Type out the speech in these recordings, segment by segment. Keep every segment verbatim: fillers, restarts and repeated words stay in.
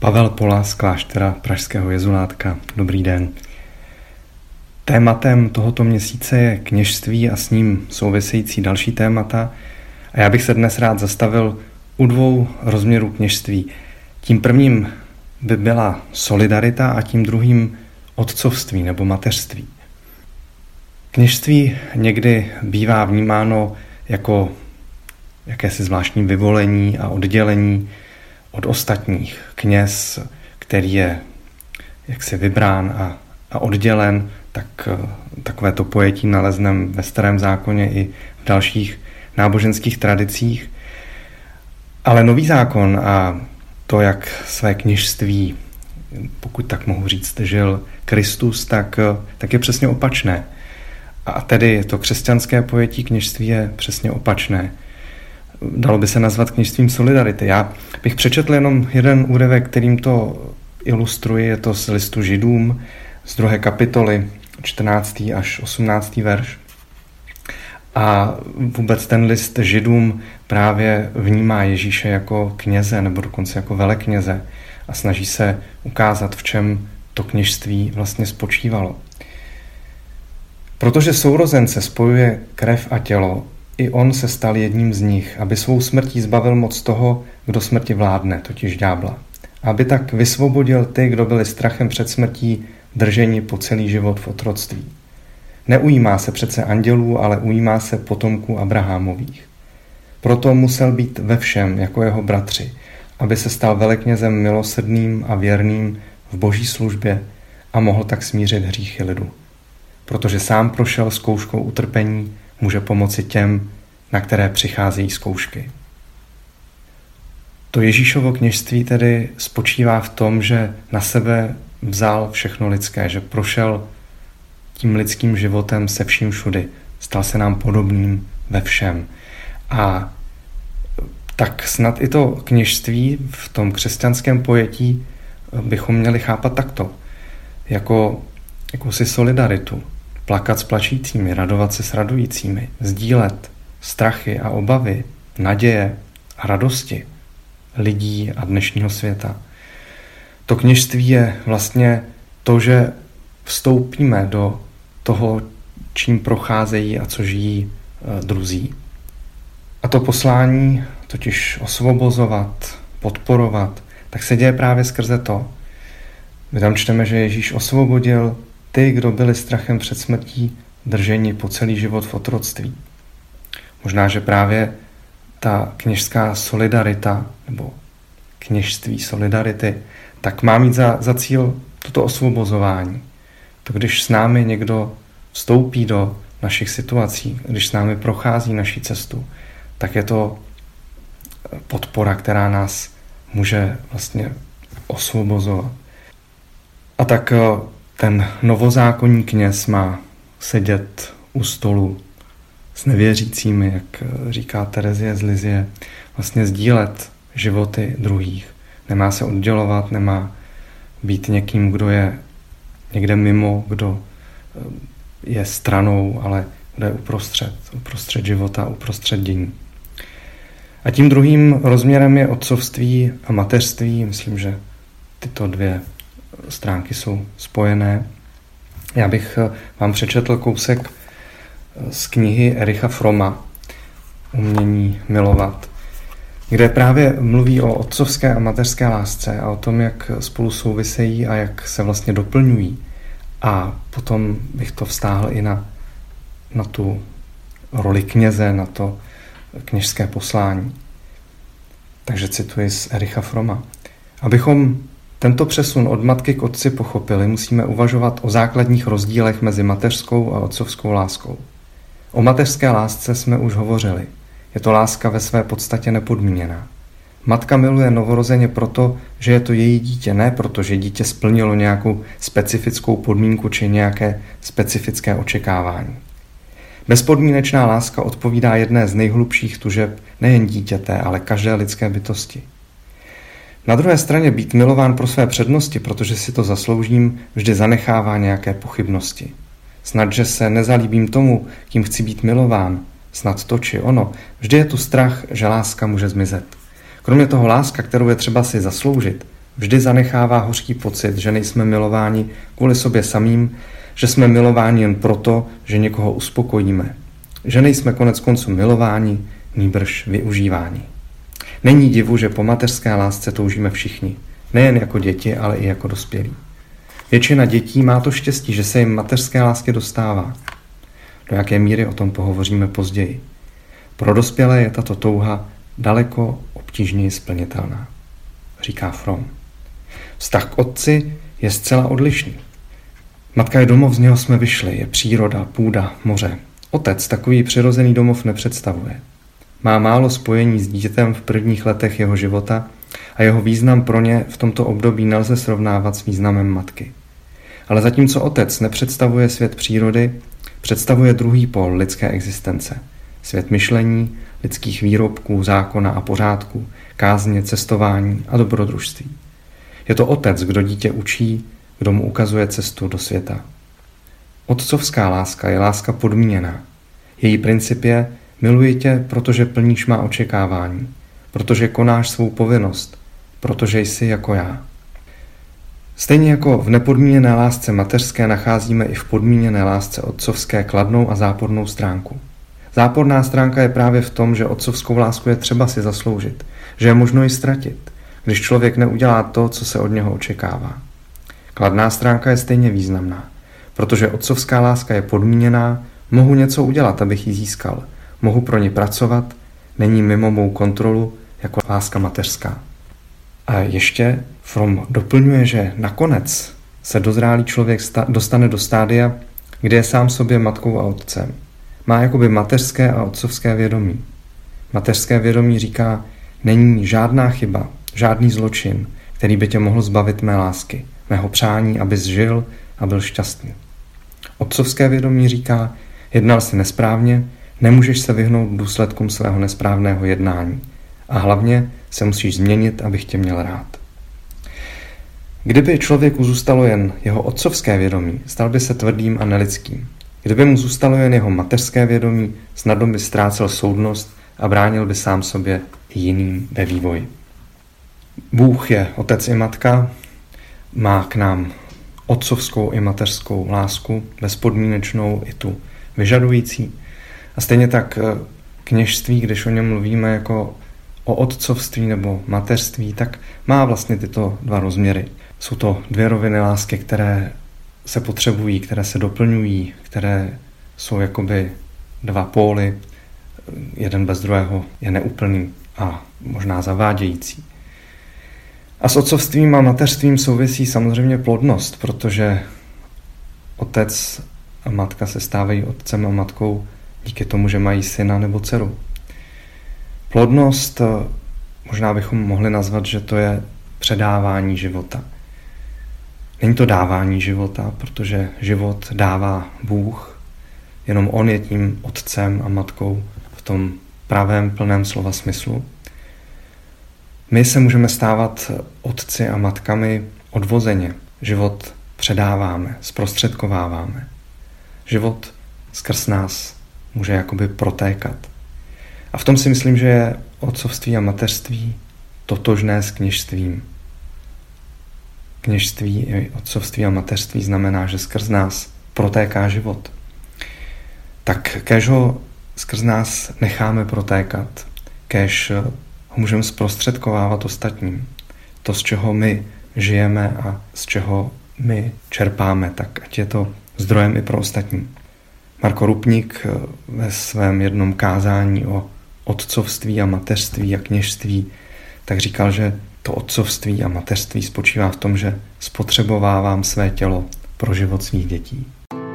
Pavel Pola z kláštera pražského jezulátka. Dobrý den. Tématem tohoto měsíce je kněžství a s ním související další témata. A já bych se dnes rád zastavil u dvou rozměrů kněžství. Tím prvním by byla solidarita a tím druhým otcovství nebo mateřství. Kněžství někdy bývá vnímáno jako jakési zvláštní vyvolení a oddělení od ostatních. Kněz, který je jaksi vybrán a, a oddělen, tak takovéto pojetí nalezneme ve Starém zákoně i v dalších náboženských tradicích. Ale Nový zákon a to, jak své kněžství, pokud tak mohu říct, žil Kristus, tak, tak je přesně opačné. A tedy to křesťanské pojetí kněžství je přesně opačné. Dalo by se nazvat kněžstvím solidarity. Já bych přečetl jenom jeden úryvek, kterým to ilustruje, je to z listu Židům, z druhé kapitoly, čtrnáctý až osmnáctý verš. A vůbec ten list Židům právě vnímá Ježíše jako kněze, nebo dokonce jako velekněze a snaží se ukázat, v čem to kněžství vlastně spočívalo. Protože sourozence spojuje krev a tělo, i on se stal jedním z nich, aby svou smrtí zbavil moc toho, kdo smrti vládne, totiž ďábla. Aby tak vysvobodil ty, kdo byli strachem před smrtí drženi po celý život v otroctví. Neujímá se přece andělů, ale ujímá se potomků Abrahamových. Proto musel být ve všem jako jeho bratři, aby se stal veleknězem milosrdným a věrným v boží službě a mohl tak smířit hříchy lidu. Protože sám prošel zkouškou utrpení, může pomoci těm, na které přicházejí zkoušky. To Ježíšovo kněžství tedy spočívá v tom, že na sebe vzal všechno lidské, že prošel tím lidským životem se vším všudy. Stal se nám podobným ve všem. A tak snad i to kněžství v tom křesťanském pojetí bychom měli chápat takto. Jako jakousi solidaritu. Plakat s plačícími, radovat se s radujícími, sdílet strachy a obavy, naděje a radosti lidí a dnešního světa. To kněžství je vlastně to, že vstoupíme do toho, čím procházejí a co žijí druzí. A to poslání, totiž osvobozovat, podporovat, tak se děje právě skrze to. My tam čteme, že Ježíš osvobodil ty, kdo byli strachem před smrtí drženi po celý život v otroctví. Možná, že právě ta kněžská solidarita nebo kněžství solidarity tak má mít za, za cíl toto osvobozování. To, když s námi někdo vstoupí do našich situací, když s námi prochází naši cestu, tak je to podpora, která nás může vlastně osvobozovat. A tak ten novozákonní kněz má sedět u stolu s nevěřícími, jak říká Terezie z Lizie, vlastně sdílet životy druhých. Nemá se oddělovat, nemá být někým, kdo je někde mimo, kdo je stranou, ale kdo je uprostřed, uprostřed života, uprostřed dění. A tím druhým rozměrem je otcovství a mateřství. Myslím, že tyto dvě stránky jsou spojené. Já bych vám přečetl kousek z knihy Ericha Froma Umění milovat, kde právě mluví o otcovské a mateřské lásce a o tom, jak spolu souvisejí a jak se vlastně doplňují. A potom bych to vztáhl i na, na tu roli kněze, na to kněžské poslání. Takže cituji z Ericha Froma. Abychom tento přesun od matky k otci pochopili, musíme uvažovat o základních rozdílech mezi mateřskou a otcovskou láskou. O mateřské lásce jsme už hovořili. Je to láska ve své podstatě nepodmíněná. Matka miluje novorozeně proto, že je to její dítě, ne proto, že dítě splnilo nějakou specifickou podmínku či nějaké specifické očekávání. Bezpodmínečná láska odpovídá jedné z nejhlubších tužeb nejen dítěte, ale každé lidské bytosti. Na druhé straně být milován pro své přednosti, protože si to zasloužím, vždy zanechává nějaké pochybnosti. Snad, že se nezalíbím tomu, kým chci být milován, snad to či ono, vždy je tu strach, že láska může zmizet. Kromě toho láska, kterou je třeba si zasloužit, vždy zanechává hořký pocit, že nejsme milováni kvůli sobě samým, že jsme milováni jen proto, že někoho uspokojíme. Že nejsme konec konců milováni, nýbrž využíváni. Není divu, že po mateřské lásce toužíme všichni. Nejen jako děti, ale i jako dospělí. Většina dětí má to štěstí, že se jim mateřské lásky dostává. Do jaké míry o tom pohovoříme později. Pro dospělé je tato touha daleko obtížněji splnitelná, říká Fromm. Vztah k otci je zcela odlišný. Matka je domov, z něho jsme vyšli, je příroda, půda, moře. Otec takový přirozený domov nepředstavuje. Má málo spojení s dítětem v prvních letech jeho života a jeho význam pro ně v tomto období nelze srovnávat s významem matky. Ale zatímco otec nepředstavuje svět přírody, představuje druhý pól lidské existence. Svět myšlení, lidských výrobků, zákona a pořádku, kázně, cestování a dobrodružství. Je to otec, kdo dítě učí, kdo mu ukazuje cestu do světa. Otcovská láska je láska podmíněná. Její princip je: miluji tě, protože plníš má očekávání, protože konáš svou povinnost, protože jsi jako já. Stejně jako v nepodmíněné lásce mateřské nacházíme i v podmíněné lásce otcovské kladnou a zápornou stránku. Záporná stránka je právě v tom, že otcovskou lásku je třeba si zasloužit, že je možno ji ztratit, když člověk neudělá to, co se od něho očekává. Kladná stránka je stejně významná, protože otcovská láska je podmíněná, mohu něco udělat, abych ji získal, mohu pro ní pracovat, není mimo mou kontrolu jako láska mateřská. A ještě Fromm doplňuje, že nakonec se dozrálý člověk dostane do stádia, kde je sám sobě matkou a otcem. Má jakoby mateřské a otcovské vědomí. Mateřské vědomí říká: není žádná chyba, žádný zločin, který by tě mohl zbavit mé lásky, mého přání, abys žil a byl šťastný. Otcovské vědomí říká: jednal jsi nesprávně, nemůžeš se vyhnout důsledkům svého nesprávného jednání a hlavně se musíš změnit, abych tě měl rád. Kdyby člověku zůstalo jen jeho otcovské vědomí, stal by se tvrdým a nelidským. Kdyby mu zůstalo jen jeho mateřské vědomí, snadno by ztrácel soudnost a bránil by sám sobě i jiným ve vývoji. Bůh je otec i matka, má k nám otcovskou i mateřskou lásku, bezpodmínečnou i tu vyžadující. A stejně tak kněžství, když o něm mluvíme jako o otcovství nebo mateřství, tak má vlastně tyto dva rozměry. Jsou to dvě roviny lásky, které se potřebují, které se doplňují, které jsou jakoby dva póly, jeden bez druhého je neúplný a možná zavádějící. A s otcovstvím a mateřstvím souvisí samozřejmě plodnost, protože otec a matka se stávají otcem a matkou díky tomu, že mají syna nebo dceru. Plodnost možná bychom mohli nazvat, že to je předávání života. Není to dávání života, protože život dává Bůh, jenom On je tím otcem a matkou v tom pravém, plném slova smyslu. My se můžeme stávat otci a matkami odvozeně. Život předáváme, zprostředkováváme. Život skrz nás může jakoby protékat. A v tom si myslím, že je otcovství a mateřství totožné s kněžstvím. Kněžství i otcovství a mateřství znamená, že skrz nás protéká život. Tak kéž ho skrz nás necháme protékat, kéž ho můžeme zprostředkovávat ostatním. To, z čeho my žijeme a z čeho my čerpáme, tak ať je to zdrojem i pro ostatní. Marko Rupnik ve svém jednom kázání o otcovství a mateřství a kněžství tak říkal, že to otcovství a mateřství spočívá v tom, že spotřebovávám své tělo pro život svých dětí.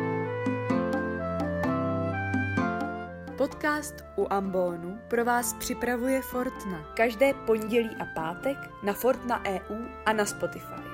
Podcast u Ambonu pro vás připravuje Fortna. Každé pondělí a pátek na Fortna tečka e u a na Spotify.